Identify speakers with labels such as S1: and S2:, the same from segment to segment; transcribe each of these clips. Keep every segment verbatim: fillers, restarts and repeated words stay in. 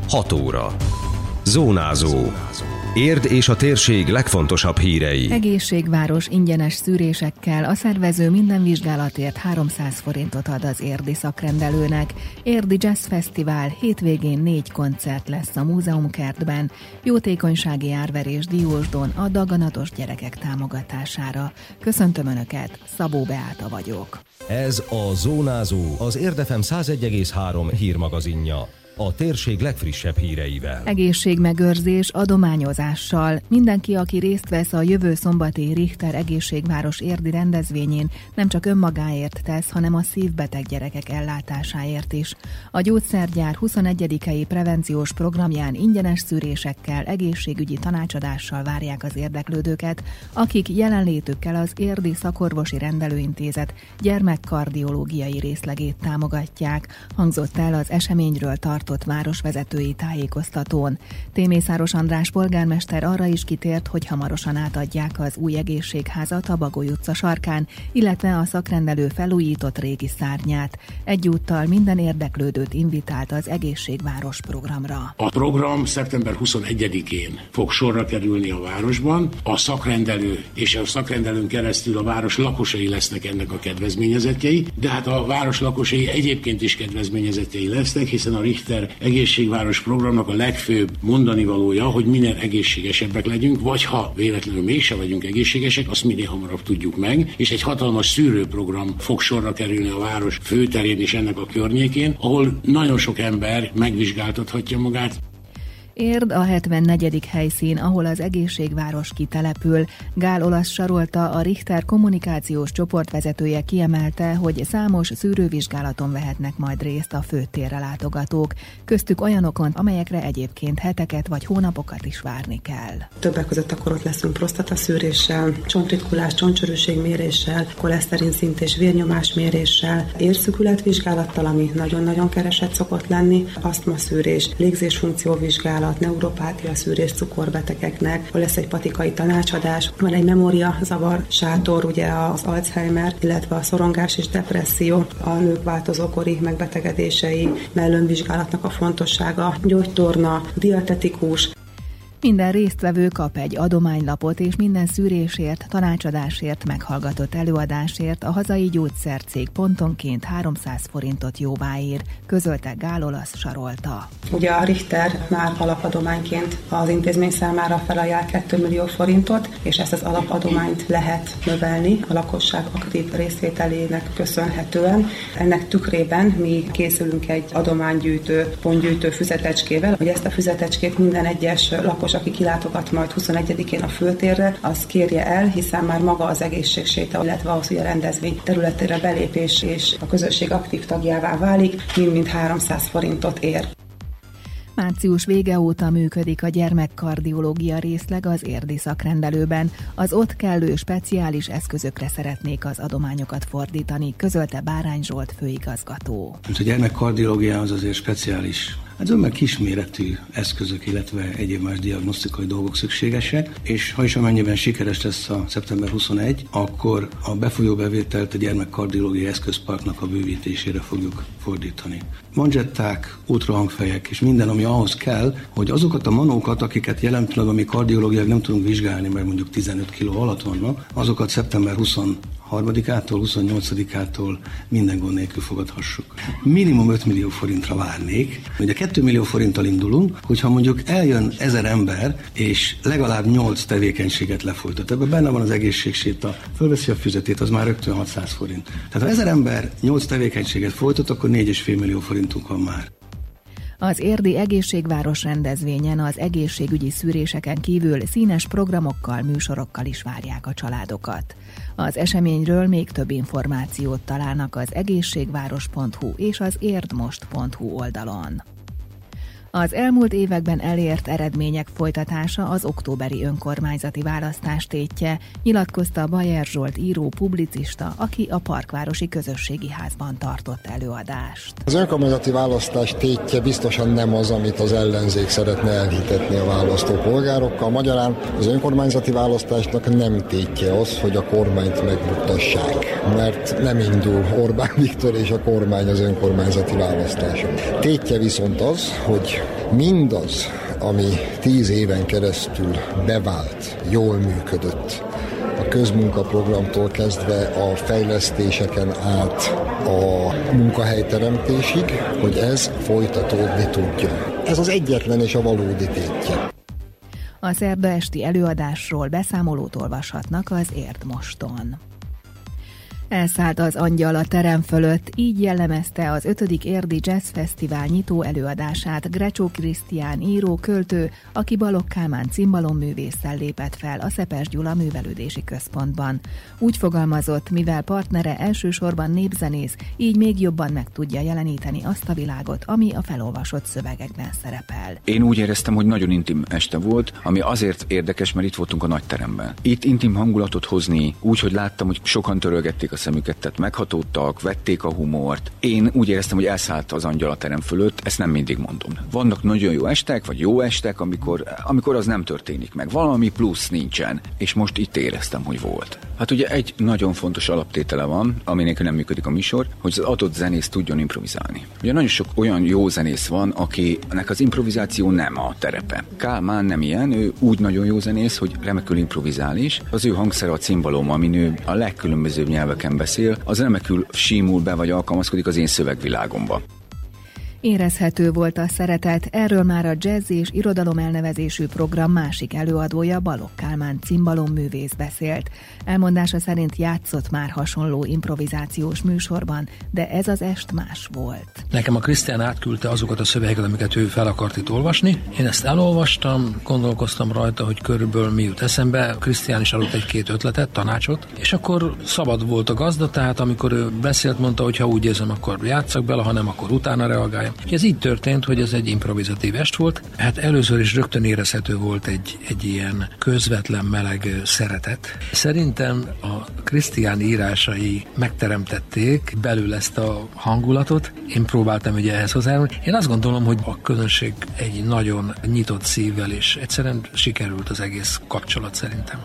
S1: hat óra. Zónázó. Érd és a térség legfontosabb hírei.
S2: Egészségváros ingyenes szűrésekkel, a szervező minden vizsgálatért háromszáz forintot ad az érdi szakrendelőnek. Érdi Jazz Fesztivál, hétvégén négy koncert lesz a múzeumkertben, jótékonysági árverés Diósdon a daganatos gyerekek támogatására. Köszöntöm Önöket, Szabó Beáta vagyok.
S1: Ez a Zónázó, az Érd ef em száz egy egész három hírmagazinja. A térség legfrissebb híreivel.
S2: Egészségmegőrzés adományozással. Mindenki, aki részt vesz a jövő szombati Richter Egészségváros érdi rendezvényén, nem csak önmagáért tesz, hanem a szívbeteg gyerekek ellátásáért is. A gyógyszergyár huszonegyedikei prevenciós programján ingyenes szűrésekkel, egészségügyi tanácsadással várják az érdeklődőket, akik jelenlétükkel az Érdi Szakorvosi Rendelőintézet gyermekkardiológiai részlegét támogatják, hangzott el az eseményről tart városvezetői tájékoztatón. Témészáros András polgármester arra is kitért, hogy hamarosan átadják az új egészségházat a Bagoly utca sarkán, illetve a szakrendelő felújított régi szárnyát. Egyúttal minden érdeklődőt invitált az Egészségváros programra.
S3: A program szeptember huszonegyedikén fog sorra kerülni a városban. A szakrendelő és a szakrendelőn keresztül a város lakosai lesznek ennek a kedvezményezettjei, de hát a város lakosai egyébként is kedvezményezettjei lesznek, hiszen a Richter Egészségváros programnak a legfőbb mondani valója, hogy minél egészségesebbek legyünk, vagy ha véletlenül mégse vagyunk egészségesek, azt minél hamarabb tudjuk meg, és egy hatalmas szűrőprogram fog sorra kerülni a város főterén és ennek a környékén, ahol nagyon sok ember megvizsgáltathatja magát.
S2: Érd a hetvennegyedik helyszín, ahol az egészségváros kitelepül. Gál Olasz Sarolta, a Richter kommunikációs csoportvezetője kiemelte, hogy számos szűrővizsgálaton vehetnek majd részt a főtérre látogatók, köztük olyanokon, amelyekre egyébként heteket vagy hónapokat is várni kell.
S4: Többek között akkor ott leszünk prostataszűréssel, csontritkulás, csontcsörőségméréssel, koleszterin szint és vérnyomásméréssel, érszükületvizsgálattal, ami nagyon-nagyon keresett szokott lenni, asztmaszűrés, légzésfunkcióvizsgálat, neuropátia szűrés cukorbetegeknek, hol lesz egy patikai tanácsadás, van egy memóriazavar sátor, ugye az Alzheimer, illetve a szorongás és depresszió, a nők változókori megbetegedései, mellőnvizsgálatnak a fontossága, gyógytorna, dietetikus.
S2: Minden résztvevő kap egy adománylapot, és minden szűrésért, tanácsadásért, meghallgatott előadásért a hazai gyógyszercég pontonként háromszáz forintot jóváír, közölte Gál Olasz Sarolta.
S4: Ugye a Richter már alapadományként az intézmény számára felajánl két millió forintot, és ezt az alapadományt lehet növelni a lakosság aktív részvételének köszönhetően. Ennek tükrében mi készülünk egy adománygyűjtő, pontgyűjtő füzetecskével, hogy ezt a füzetecskét minden egyes lakos, aki kilátogat majd huszonegyedikén a főtérre, az kérje el, hiszen már maga az egészségséta, illetve az, hogy a rendezvény területére belépés és a közösség aktív tagjává válik, mind-mind háromszáz forintot ér.
S2: Március vége óta működik a gyermekkardiológia részleg az érdi szakrendelőben. Az ott kellő speciális eszközökre szeretnék az adományokat fordítani, közölte Bárány Zsolt főigazgató.
S5: A gyermekkardiológia az azért speciális. Ez önben kisméretű eszközök, illetve egyéb más diagnosztikai dolgok szükségesek, és ha is amennyiben sikeres lesz a szeptember huszonegy, akkor a befolyó bevételt a gyermekkardiológiai eszközparknak a bővítésére fogjuk fordítani. Manzsetták, ultrahangfejek és minden, ami ahhoz kell, hogy azokat a manókat, akiket jelentőleg a mi kardiológiák nem tudunk vizsgálni, mert mondjuk tizenöt kiló alatt vannak, azokat szeptember huszonharmadikától, huszonnyolcadikától minden gond nélkül fogadhassuk. Minimum öt millió forintra várnék. Ugye két millió forinttal indulunk, hogyha mondjuk eljön ezer ember, és legalább nyolc tevékenységet lefolytat. Ebben benne van az egészségséta, fölveszi a füzetét, az már rögtön hatszáz forint. Tehát ha ezer ember nyolc tevékenységet folytat, akkor négy és fél millió forintunk van már.
S2: Az Érdi Egészségváros rendezvényen az egészségügyi szűréseken kívül színes programokkal, műsorokkal is várják a családokat. Az eseményről még több információt találnak az egészségváros pont hu és az érdmost pont hu oldalon. Az elmúlt években elért eredmények folytatása az októberi önkormányzati választás tétje, nyilatkozta Bajer Zsolt író publicista, aki a Parkvárosi Közösségi Házban tartott előadást.
S6: Az önkormányzati választás tétje biztosan nem az, amit az ellenzék szeretne elhitetni a választópolgárokkal. Magyarán az önkormányzati választásnak nem tétje az, hogy a kormányt megbuktassák, mert nem indul Orbán Viktor és a kormány az önkormányzati választáson. Tétje viszont az, hogy hogy mindaz, ami tíz éven keresztül bevált, jól működött, a közmunkaprogramtól kezdve a fejlesztéseken át a munkahelyteremtésig, hogy ez folytatódni tudjon. Ez az egyetlen és a valódi tétje.
S2: A szerda esti előadásról beszámolót olvashatnak az Érdmoston. Elszállt az angyal a terem fölött, így jellemezte az ötödik érdi Jazz Fesztivál nyitó előadását Grecsó Krisztián író költő, aki Balogh Kálmán cimbalomművésszel lépett fel a Szepes Gyula Művelődési Központban. Úgy fogalmazott, mivel partnere elsősorban népzenész, így még jobban meg tudja jeleníteni azt a világot, ami a felolvasott szövegekben szerepel.
S7: Én úgy éreztem, hogy nagyon intim este volt, ami azért érdekes, mert itt voltunk a nagyteremben. Itt intim hangulatot hozni, úgy, hogy láttam, hogy sokan törölgették a szemüket, tehát meghatódtak, vették a humort. Én úgy éreztem, hogy elszállt az angyal a terem fölött, ezt nem mindig mondom. Vannak nagyon jó estek, vagy jó estek, amikor, amikor az nem történik meg. Valami plusz nincsen, és most itt éreztem, hogy volt. Hát ugye egy nagyon fontos alaptétele van, ami nélkül nem működik a műsor, hogy az adott zenész tudjon improvizálni. Ugye nagyon sok olyan jó zenész van, akinek az improvizáció nem a terepe. Kálmán nem ilyen, ő úgy nagyon jó zenész, hogy remekül improvizál is. Az ő hangszere a cimbalom, amin ő a legkülönbözőbb nyelveken beszél, az remekül símul be vagy alkalmazkodik az én szövegvilágomba.
S2: Érezhető volt a szeretet, erről már a Jazz és Irodalom elnevezésű program másik előadója, Balogh Kálmán cimbalomművész beszélt. Elmondása szerint játszott már hasonló improvizációs műsorban, de ez az est más volt.
S8: Nekem a Krisztián átküldte azokat a szövegeket, amiket ő fel akart itt olvasni. Én ezt elolvastam, gondolkoztam rajta, hogy körülbelül mi jut eszembe. Krisztián is adott egy-két ötletet, tanácsot, és akkor szabad volt a gazda, tehát amikor ő beszélt, mondta, hogy ha úgy érzem, akkor játsszak bele, ha nem, akkor utána reagálj. Ez így történt, hogy ez egy improvizatív est volt. Hát először is rögtön érezhető volt egy, egy ilyen közvetlen meleg szeretet. Szerintem a Krisztián írásai megteremtették belül ezt a hangulatot. Én próbáltam ugye ehhez hozzájárulni. Én azt gondolom, hogy a közönség egy nagyon nyitott szívvel, és egyszerűen sikerült az egész kapcsolat szerintem.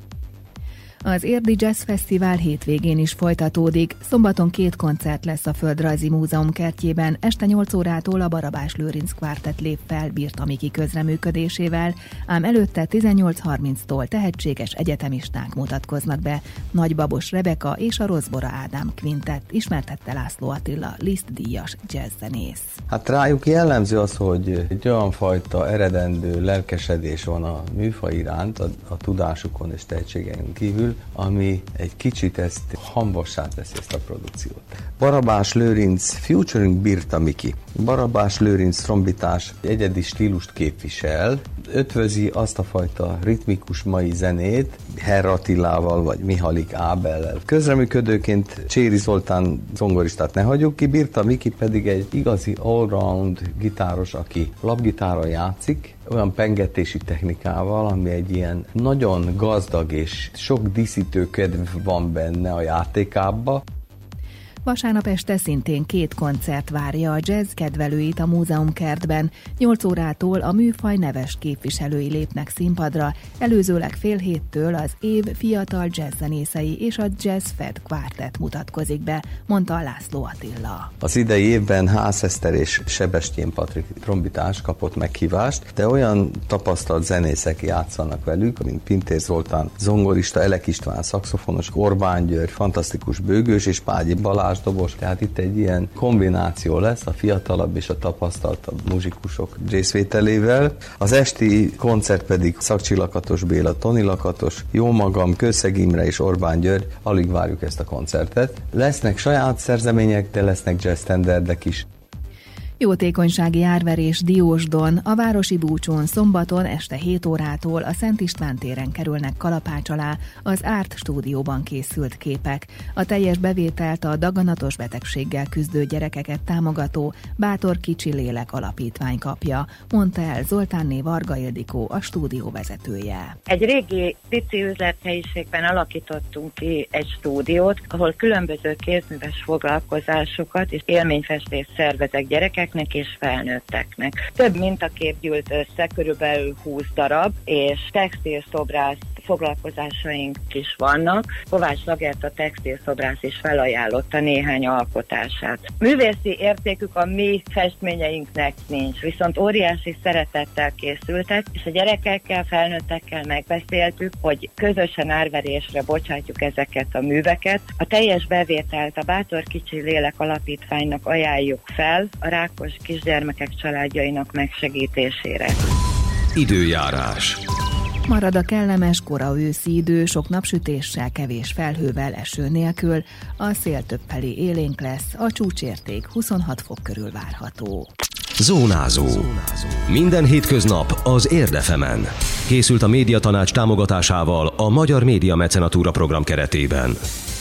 S2: Az Érdi Jazz Fesztivál hétvégén is folytatódik. Szombaton két koncert lesz a Földrajzi Múzeum kertjében, este nyolc órától a Barabás Lőrinc Quartet lép fel Birta Miki közreműködésével, ám előtte tizennyolc harminctól tehetséges egyetemisták mutatkoznak be. Nagy Babos Rebeka és a Rozbora Ádám Quintett, ismertette László Attila, Liszt díjas jazzzenész.
S9: Hát rájuk jellemző az, hogy egy olyan fajta eredendő lelkesedés van a műfaj iránt, a, a tudásukon és tehetségeink kívül, ami egy kicsit ezt hamvassá teszi ezt a produkciót. Barabás Lőrinc featuring Birta Miki. Barabás Lőrinc trombitás egyedi stílust képvisel, ötvözi azt a fajta ritmikus mai zenét Herr Attilával vagy Mihalik Ábellel. Közreműködőként Cséri Zoltán zongoristát ne hagyjuk ki, Birta Miki pedig egy igazi allround gitáros, aki lapgitáron játszik, olyan pengetési technikával, ami egy ilyen nagyon gazdag és sok díszítő kedv van benne a játékába.
S2: Vasárnap este szintén két koncert várja a jazz kedvelőit a múzeumkertben. nyolc órától a műfaj neves képviselői lépnek színpadra, előzőleg fél héttől az év fiatal jazzzenészei és a Jazz Fed Quartet mutatkozik be, mondta László Attila.
S9: Az idei évben Hász Eszter és Sebestyén Patrik trombitás kapott meghívást, de olyan tapasztalt zenészek játszanak velük, mint Pintér Zoltán zongorista, Elek István szaxofonos, Orbán György, fantasztikus bőgős és Págyi Balázs dobos, tehát itt egy ilyen kombináció lesz a fiatalabb és a tapasztaltabb muzsikusok részvételével. Az esti koncert pedig Szakcsi Lakatos Béla, Toni Lakatos, jó magam, Kőszeg Imre és Orbán György, alig várjuk ezt a koncertet. Lesznek saját szerzemények, de lesznek jazz standardek is.
S2: Jótékonysági árverés Diósdon, a városi búcsón szombaton este hét órától a Szent István téren kerülnek kalapács alá az Árt stúdióban készült képek. A teljes bevételt a daganatos betegséggel küzdő gyerekeket támogató Bátor Kicsi Lélek Alapítvány kapja, mondta el Zoltánné Varga Ildikó, a stúdió vezetője.
S10: Egy régi pici üzlethelyiségben alakítottunk ki egy stúdiót, ahol különböző kézműves foglalkozásokat és élményfestést szervezek gyerekek gyerekeknek és felnőtteknek. Több mintakép gyűlt össze, körülbelül húsz darab, és textilszobrász foglalkozásaink is vannak. Kovács Lagerta textilszobrász is felajánlotta néhány alkotását. Művészi értékük a mi festményeinknek nincs, viszont óriási szeretettel készültek, és a gyerekekkel, felnőttekkel megbeszéltük, hogy közösen árverésre bocsátjuk ezeket a műveket. A teljes bevételt a Bátor Kicsi Lélek Alapítványnak ajánljuk fel a rákos kisgyermekek családjainak megsegítésére.
S1: Időjárás.
S2: Marad a kellemes kora őszi idő, sok napsütéssel, kevés felhővel, eső nélkül, a szél többfelé élénk lesz, a csúcsérték huszonhat fok körül várható.
S1: Zónázó. Minden hétköznap az Érd ef emen. Készült a Médiatanács támogatásával a Magyar Média Mecenatúra program keretében.